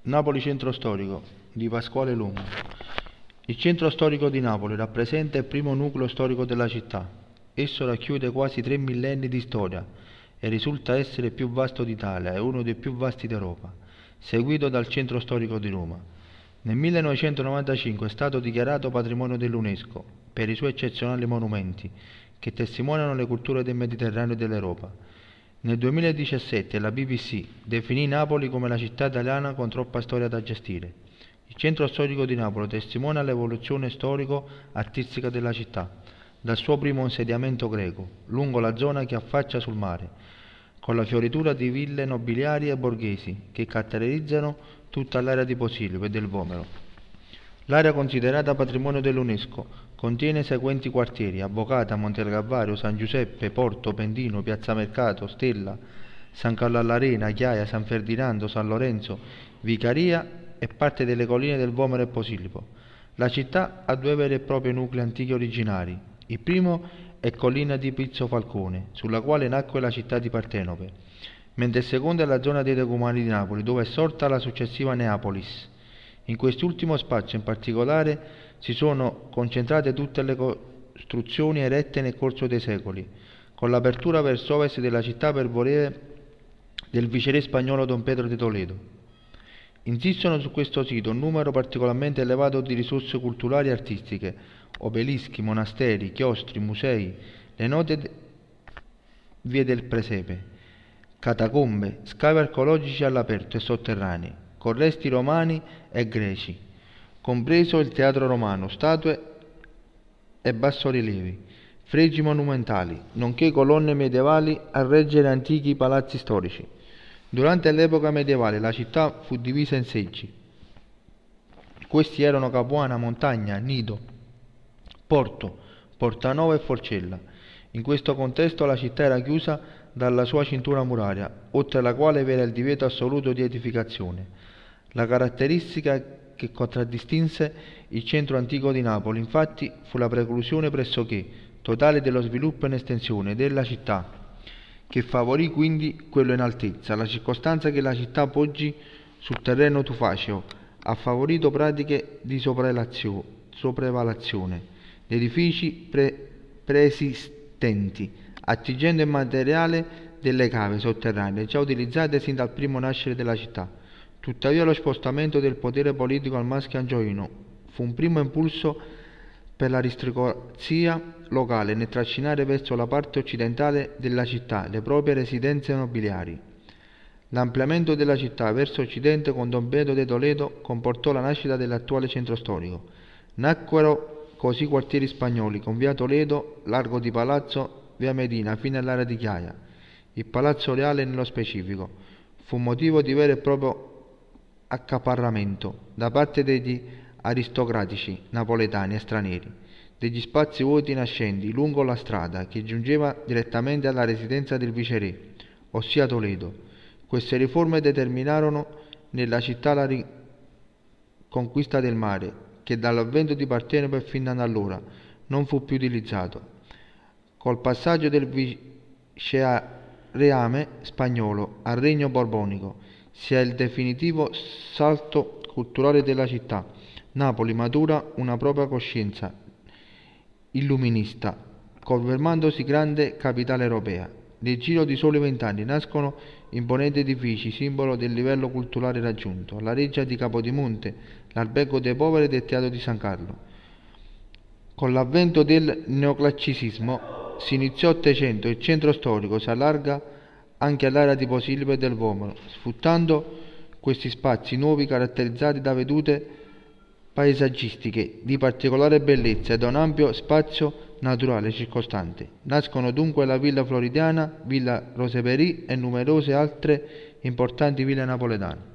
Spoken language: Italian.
Napoli centro storico di Pasquale Lungo. Il centro storico di Napoli rappresenta il primo nucleo storico della città. Esso racchiude quasi 3 millenni di storia e risulta essere il più vasto d'Italia e uno dei più vasti d'Europa, seguito dal centro storico di Roma. Nel 1995 è stato dichiarato patrimonio dell'UNESCO per i suoi eccezionali monumenti che testimoniano le culture del Mediterraneo e dell'Europa. Nel 2017 la BBC definì Napoli come la città italiana con troppa storia da gestire. Il centro storico di Napoli testimonia l'evoluzione storico-artistica della città, dal suo primo insediamento greco, lungo la zona che affaccia sul mare, con la fioritura di ville nobiliari e borghesi che caratterizzano tutta l'area di Posillipo e del Vomero. L'area considerata patrimonio dell'UNESCO contiene i seguenti quartieri: Avvocata, Montegalvario, San Giuseppe, Porto, Pendino, Piazza Mercato, Stella, San Carlo all'Arena, Chiaia, San Ferdinando, San Lorenzo, Vicaria e parte delle colline del Vomero e Posillipo. La città ha due veri e propri nuclei antichi originari. Il primo è Collina di Pizzo Falcone, sulla quale nacque la città di Partenope, mentre il secondo è la zona dei Decumani di Napoli, dove è sorta la successiva Neapolis. In quest'ultimo spazio in particolare si sono concentrate tutte le costruzioni erette nel corso dei secoli, con l'apertura verso ovest della città per volere del viceré spagnolo Don Pedro de Toledo. Insistono su questo sito un numero particolarmente elevato di risorse culturali e artistiche, obelischi, monasteri, chiostri, musei, le note vie del presepe, catacombe, scavi archeologici all'aperto e sotterranei, con resti romani e greci, compreso il teatro romano, statue e bassorilievi, fregi monumentali, nonché colonne medievali a reggere antichi palazzi storici. Durante l'epoca medievale la città fu divisa in seggi. Questi erano Capuana, Montagna, Nido, Porto, Portanova e Forcella. In questo contesto la città era chiusa dalla sua cintura muraria, oltre la quale vi era il divieto assoluto di edificazione. La caratteristica che contraddistinse il centro antico di Napoli, infatti, fu la preclusione pressoché totale dello sviluppo in estensione della città, che favorì quindi quello in altezza. La circostanza che la città poggi sul terreno tufaceo ha favorito pratiche di sopravvalazione di edifici preesistenti, attingendo il materiale delle cave sotterranee già utilizzate sin dal primo nascere della città. Tuttavia lo spostamento del potere politico al Maschio Angioino fu un primo impulso per l'aristocrazia locale nel trascinare verso la parte occidentale della città le proprie residenze nobiliari. L'ampliamento della città verso occidente con Don Pedro de Toledo comportò la nascita dell'attuale centro storico. Nacquero così quartieri spagnoli con via Toledo, largo di Palazzo, via Medina fino all'area di Chiaia. Il Palazzo Reale nello specifico fu motivo di vero e proprio accaparramento da parte degli aristocratici napoletani e stranieri degli spazi vuoti nascenti lungo la strada che giungeva direttamente alla residenza del viceré, ossia Toledo. Queste riforme determinarono nella città la riconquista del mare, che dall'avvento di Partenope fino ad allora non fu più utilizzato. Col passaggio del vicereame spagnolo al regno borbonico sia il definitivo salto culturale della città. Napoli matura una propria coscienza illuminista, confermandosi grande capitale europea. Nel giro di soli 20 anni nascono imponenti edifici, simbolo del livello culturale raggiunto: la Reggia di Capodimonte, l'Albergo dei Poveri del Teatro di San Carlo. Con l'avvento del neoclassicismo si iniziò l'Ottocento, il centro storico si allarga anche all'area di Posillipo e del Vomero, sfruttando questi spazi nuovi caratterizzati da vedute paesaggistiche di particolare bellezza e da un ampio spazio naturale circostante. Nascono dunque la Villa Floridiana, Villa Rosebery e numerose altre importanti ville napoletane.